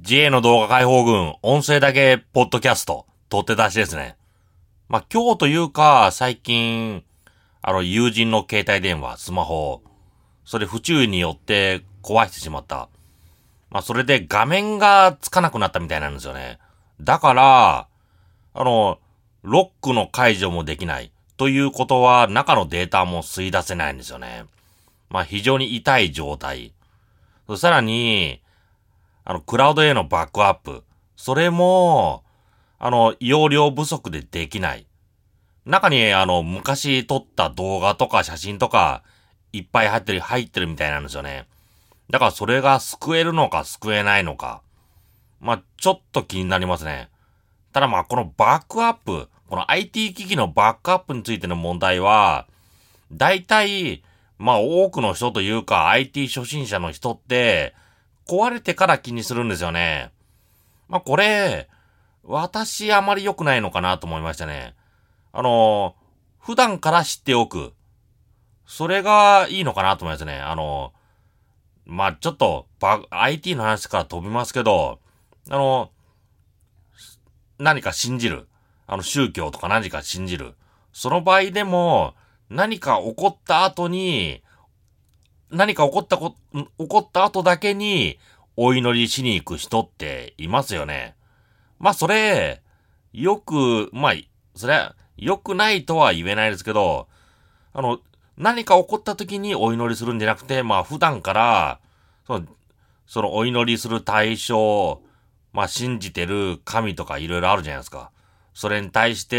JA の動画解放軍、音声だけポッドキャスト、取って出しですね。今日というか、最近、友人の携帯電話、スマホ、それ不注意によって壊してしまった。それで画面がつかなくなったみたいなんですよね。だから、ロックの解除もできない。ということは、中のデータも吸い出せないんですよね。非常に痛い状態。さらに、クラウドへのバックアップ。それも、容量不足でできない。中に、昔撮った動画とか写真とか、いっぱい入ってるみたいなんですよね。だからそれが救えるのか救えないのか。ちょっと気になりますね。ただこのバックアップ、この IT 機器のバックアップについての問題は、大体、多くの人というか IT 初心者の人って、壊れてから気にするんですよね。これ、私あまり良くないのかなと思いましたね。普段から知っておく。それがいいのかなと思いますね。ちょっと、IT の話から飛びますけど、何か信じる。宗教とか何か信じる。その場合でも、何か起こった後に、起こった後だけに、お祈りしに行く人っていますよね。それ、それは、良くないとは言えないですけど、何か起こった時にお祈りするんじゃなくて、普段から、そのお祈りする対象、信じてる神とかいろいろあるじゃないですか。それに対して、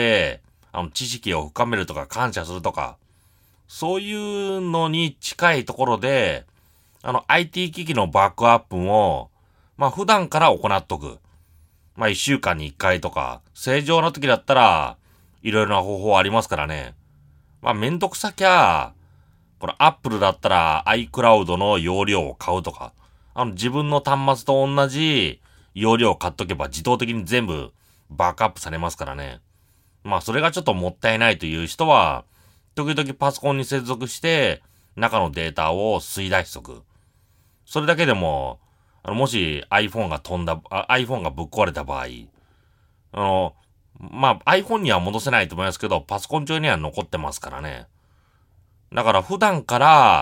知識を深めるとか感謝するとか、そういうのに近いところで、IT 機器のバックアップも、普段から行っとく。一週間に一回とか、正常な時だったら、いろいろな方法ありますからね。めんどくさきゃ、この Apple だったら iCloud の容量を買うとか、自分の端末と同じ容量を買っとけば自動的に全部バックアップされますからね。それがちょっともったいないという人は、時々パソコンに接続して、中のデータを吸い出しとく。それだけでも、もし iPhone がぶっ壊れた場合、iPhone には戻せないと思いますけど、パソコン上には残ってますからね。だから普段から、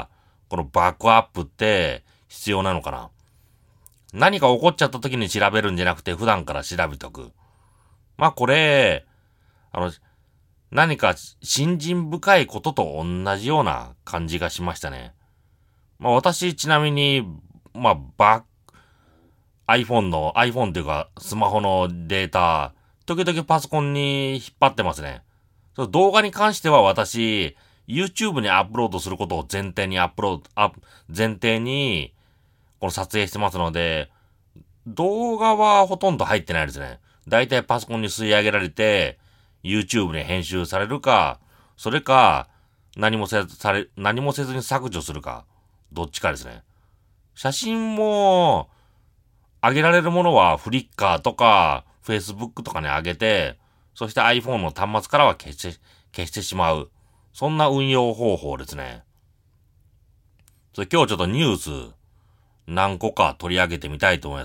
このバックアップって必要なのかな。何か起こっちゃった時に調べるんじゃなくて普段から調べとく。これ、何か信心深いことと同じような感じがしましたね。私ちなみに、iPhone というかスマホのデータ、時々パソコンに引っ張ってますね。動画に関しては私、YouTube にアップロードすることを前提にこの撮影してますので、動画はほとんど入ってないですね。だいたいパソコンに吸い上げられて、YouTube に編集されるか、それか、何もせずに削除するか、どっちかですね。写真も、上げられるものはフリッカーとか、Facebook とかに上げて、そして iPhone の端末からは消してしまう。そんな運用方法ですね。今日ちょっとニュース、何個か取り上げてみたいと思います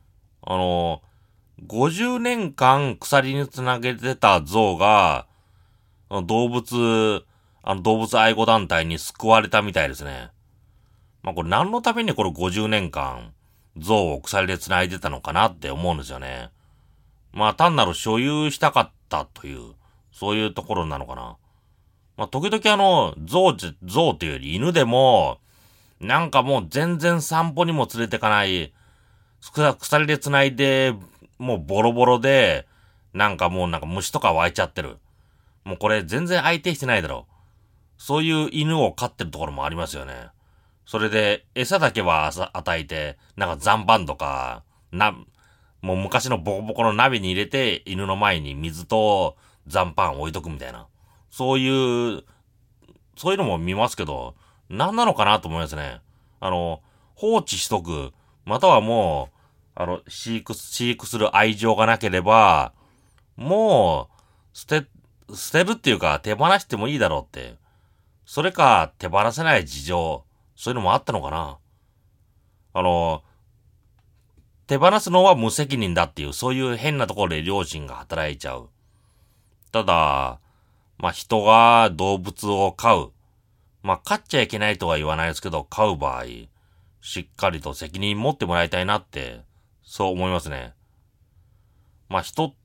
。50年間鎖につなげてた象が、動物愛護団体に救われたみたいですね。これ何のためにこれ50年間、象を鎖で繋いでたのかなって思うんですよね。単なる所有したかったという、そういうところなのかな。時々象っていうより犬でも、なんかもう全然散歩にも連れてかない、鎖で繋いで、もうボロボロで、なんか虫とか湧いちゃってる。もうこれ全然相手してないだろ。そういう犬を飼ってるところもありますよね。それで、餌だけは与えて、残飯とか、もう昔のボコボコの鍋に入れて、犬の前に水と残飯置いとくみたいな。そういうのも見ますけど、何なのかなと思いますね。放置しとく。またはもう、飼育する愛情がなければ、もう、捨てるっていうか手放してもいいだろうって。それか手放せない事情、そういうのもあったのかな。 手放すのは無責任だっていう、そういう変なところで良心が働いちゃう。ただ、人が動物を飼う。飼っちゃいけないとは言わないですけど、飼う場合、しっかりと責任持ってもらいたいなって、そう思いますね。人って、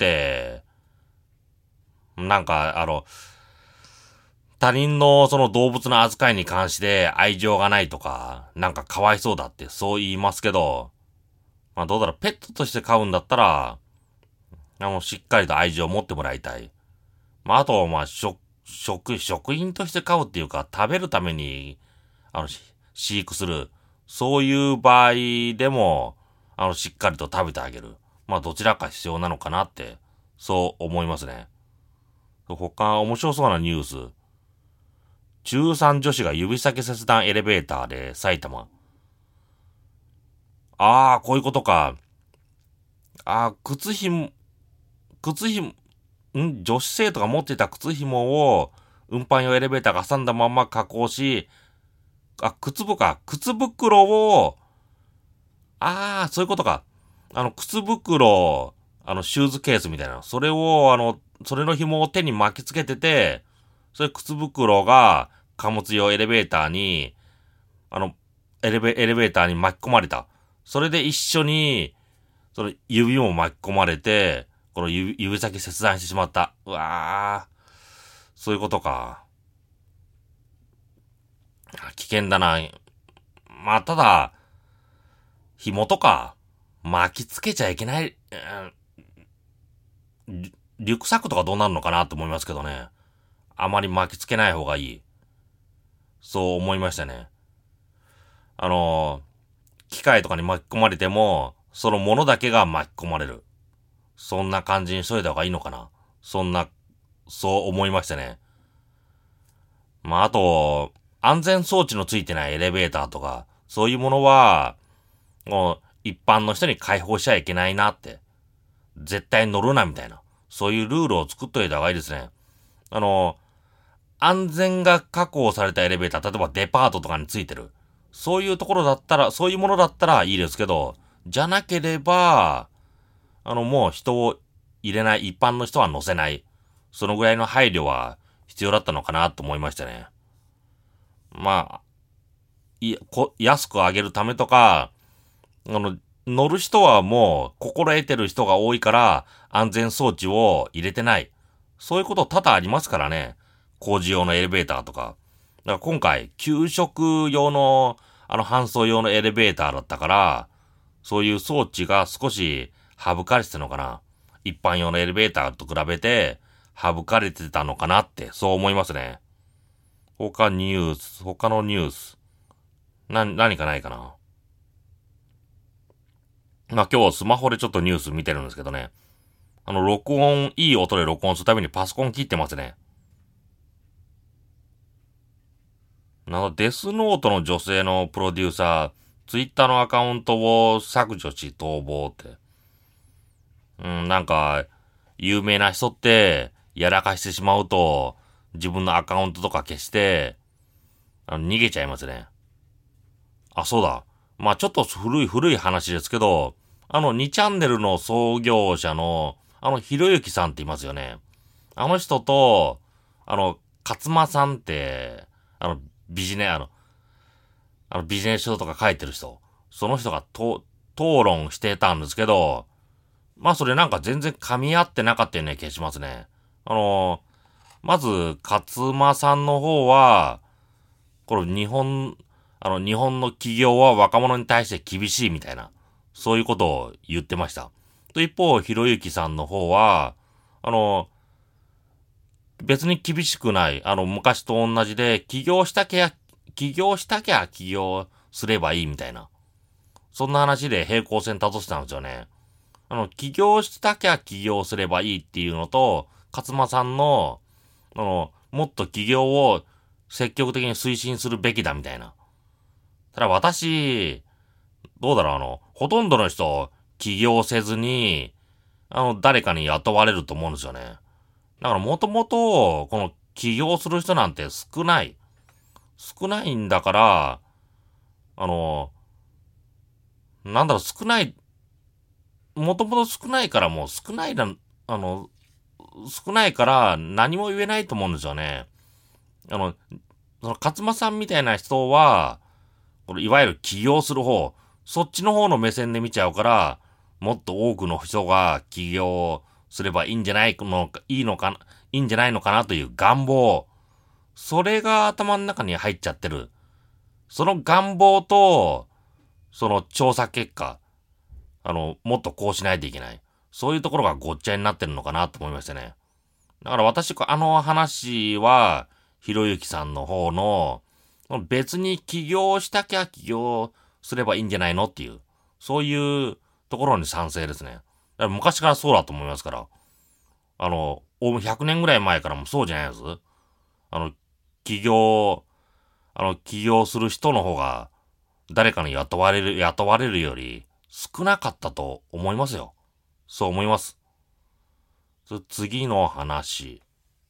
他人のその動物の扱いに関して愛情がないとか、かわいそうだってそう言いますけど、どうだろう、ペットとして飼うんだったら、しっかりと愛情を持ってもらいたい。あと、食品として飼うっていうか、食べるために、飼育する。そういう場合でも、しっかりと食べてあげる。どちらか必要なのかなって、そう思いますね。他、面白そうなニュース。中3女子が指先切断エレベーターで埼玉。こういうことか。靴ひも、女子生徒が持っていた靴紐を運搬用エレベーターが挟んだまま加工し、靴袋を、そういうことか。靴袋、シューズケースみたいな。それを、それの紐を手に巻きつけてて、それ靴袋が貨物用エレベーターに、エレベーターに巻き込まれた。それで一緒に、その指も巻き込まれて、この指先切断してしまった。うわー。そういうことか。危険だな。ただ、紐とか、巻きつけちゃいけない、リュックサックとかどうなるのかなと思いますけどね。あまり巻きつけない方がいい。そう思いましたね。機械とかに巻き込まれても、そのものだけが巻き込まれる。そんな感じにしといた方がいいのかな。そう思いましたね。あと、安全装置のついてないエレベーターとか、そういうものは、もう、一般の人に開放しちゃいけないなって。絶対乗るなみたいな。そういうルールを作っといた方がいいですね。安全が確保されたエレベーター、例えばデパートとかについてる。そういうところだったら、そういうものだったらいいですけど、じゃなければ、もう人を入れない、一般の人は乗せない。そのぐらいの配慮は必要だったのかなと思いましたね。安く上げるためとか、乗る人はもう心得てる人が多いから安全装置を入れてない。そういうこと多々ありますからね。工事用のエレベーターとか。だから今回、給食用の、搬送用のエレベーターだったから、そういう装置が少し省かれてたのかな。一般用のエレベーターと比べて省かれてたのかなって、そう思いますね。他のニュース。何かないかな。今日スマホでちょっとニュース見てるんですけどね。いい音で録音するためにパソコン切ってますね。デスノートの女性のプロデューサー、ツイッターのアカウントを削除し逃亡って。有名な人って、やらかしてしまうと、自分のアカウントとか消して、逃げちゃいますね。そうだ。ちょっと古い話ですけど、2チャンネルの創業者の、ひろゆきさんっていますよね。あの人と、勝間さんって、ビジネ、ビジネス書とか書いてる人。その人が討論してたんですけど、それ全然噛み合ってなかったような気がしますね。まず、勝間さんの方は、これ日本の企業は若者に対して厳しいみたいな、そういうことを言ってました。と一方、ひろゆきさんの方は、別に厳しくない、昔と同じで、起業したきゃ起業すればいいみたいな。そんな話で平行線辿ってたんですよね。起業したきゃ起業すればいいっていうのと、勝間さんの、もっと起業を積極的に推進するべきだみたいな。ただ私、どうだろうほとんどの人、起業せずに、誰かに雇われると思うんですよね。だからもともと、この起業する人なんて少ない。少ないんだから、少ないもともと少ないからもう少ないから何も言えないと思うんですよね。その勝間さんみたいな人は、これいわゆる起業する方、そっちの方の目線で見ちゃうから、もっと多くの人が起業すればいいんじゃないのか、いいのかな、いいんじゃないのかなという願望、それが頭の中に入っちゃってる。その願望と、その調査結果、もっとこうしないといけない。そういうところがごっちゃになってるのかなと思いましたね。だから私、話は、ひろゆきさんの方の、別に起業したきゃ起業すればいいんじゃないのっていう、そういうところに賛成ですね。だから昔からそうだと思いますから。100年ぐらい前からもそうじゃないです。あの、起業、起業する人の方が、誰かに雇われるより少なかったと思いますよ。そう思います。次の話。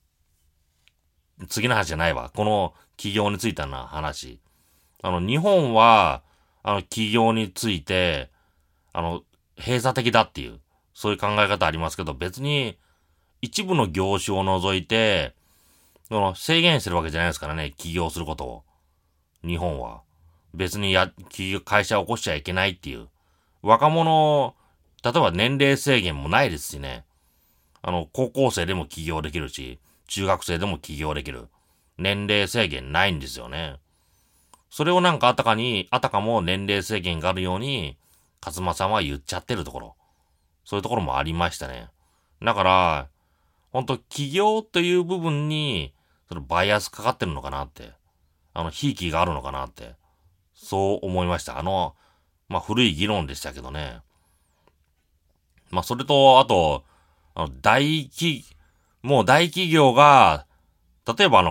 次の話じゃないわ。この起業についての話。日本は、起業について、閉鎖的だっていう、そういう考え方ありますけど、別に、一部の業種を除いて、制限してるわけじゃないですからね、起業することを。日本は。別に会社を起こしちゃいけないっていう。若者、例えば年齢制限もないですしね。高校生でも起業できるし、中学生でも起業できる。年齢制限ないんですよね。それをなんかあたかも年齢制限があるように、勝間さんは言っちゃってるところ。そういうところもありましたね。だから、本当起業という部分に、そのバイアスかかってるのかなって。ひいきがあるのかなって。そう思いました。古い議論でしたけどね。それと、あと、あの、大企、もう大企業が、例えば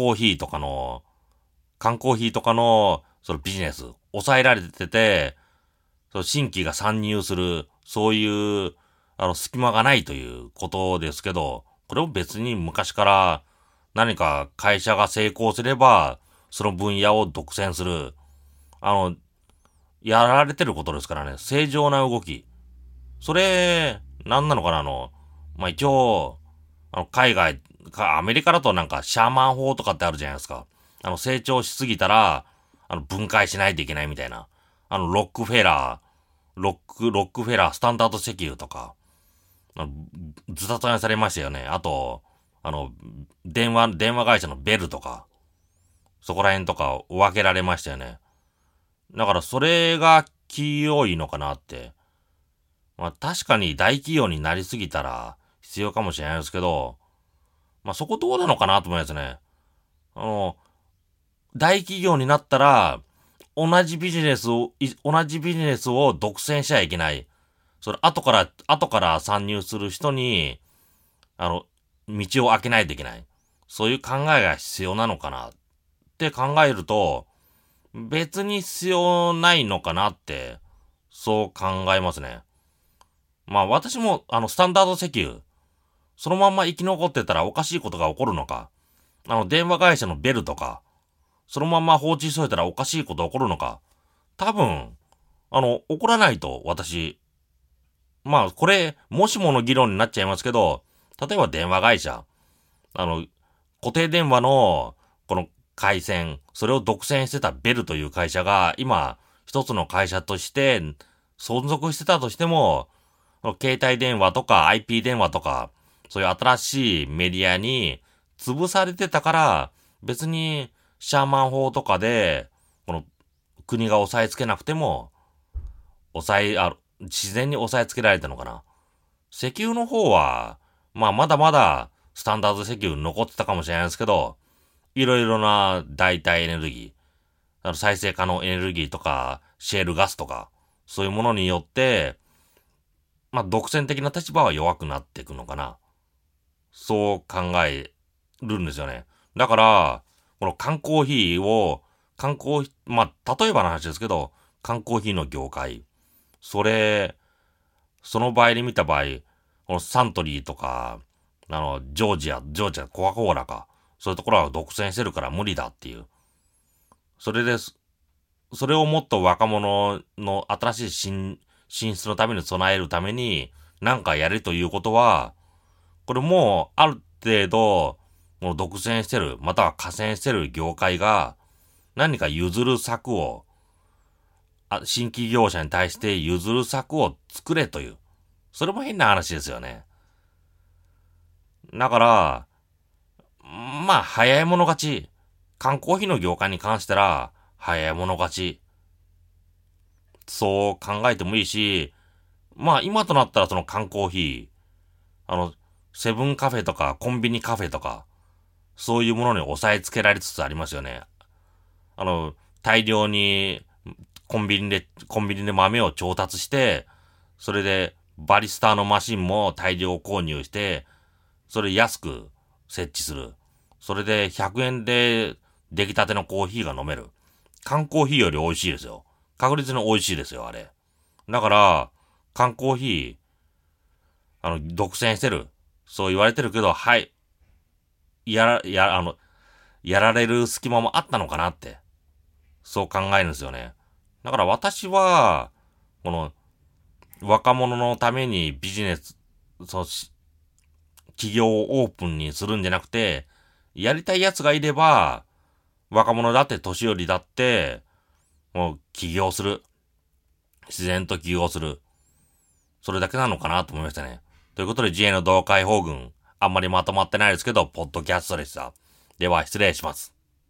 缶コーヒーとかの、そのビジネス、抑えられてて、その新規が参入する、そういう、隙間がないということですけど、これを別に昔から何か会社が成功すれば、その分野を独占する、あの、やられてることですからね、正常な動き。それ、なんなのかな、一応、海外、アメリカだとなんかシャーマン法とかってあるじゃないですか。成長しすぎたら、分解しないといけないみたいな。ロックフェラー、スタンダード石油とか、ずたとにされましたよね。あと、電話会社のベルとか、そこら辺とか分けられましたよね。だからそれが清いのかなって。確かに大企業になりすぎたら必要かもしれないですけど、そこどうなのかなと思いますね。大企業になったら、同じビジネスを独占しちゃいけない。それ、後から参入する人に、道を開けないといけない。そういう考えが必要なのかなって考えると、別に必要ないのかなって、そう考えますね。私も、スタンダード石油、そのまんま生き残ってたらおかしいことが起こるのか。電話会社のベルとか、そのまんま放置しといたらおかしいこと起こるのか。多分、起こらないと、私。これ、もしもの議論になっちゃいますけど、例えば電話会社、固定電話の、この回線、それを独占してたベルという会社が、今、一つの会社として、存続してたとしても、携帯電話とか IP 電話とか、そういう新しいメディアに潰されてたから、別にシャーマン法とかで、この国が押さえつけなくても、自然に押さえつけられたのかな。石油の方は、まだまだスタンダード石油残ってたかもしれないですけど、いろいろな代替エネルギー、再生可能エネルギーとか、シェールガスとか、そういうものによって、独占的な立場は弱くなっていくのかな。そう考えるんですよね。だから、この缶コーヒーを、例えばの話ですけど、缶コーヒーの業界。その場合に見た場合、このサントリーとか、ジョージア、コカ・コーラか。そういうところは独占してるから無理だっていう。それです。それをもっと若者の新しい進出のために備えるために、なんかやるということは、これもう、ある程度、もう独占してる、または寡占してる業界が、何か譲る策を、新規業者に対して譲る策を作れという。それも変な話ですよね。だから、まあ、早い者勝ち。缶コーヒーの業界に関したら、早い者勝ち。そう考えてもいいし、まあ今となったらその缶コーヒー、セブンカフェとかコンビニカフェとか、そういうものに抑えつけられつつありますよね。大量にコンビニで豆を調達して、それでバリスタのマシンも大量購入して、それ安く設置する。それで100円で出来たてのコーヒーが飲める。缶コーヒーより美味しいですよ。確実に美味しいですよ、あれ。だから、缶コーヒー、独占してる。そう言われてるけど、はい。やられる隙間もあったのかなって。そう考えるんですよね。だから私は、この、若者のためにビジネス、企業をオープンにするんじゃなくて、やりたい奴がいれば、若者だって年寄りだって、もう起業する。自然と起業する。それだけなのかなと思いましたね。ということで GA の同解法群、あんまりまとまってないですけど、ポッドキャストでした。では失礼します。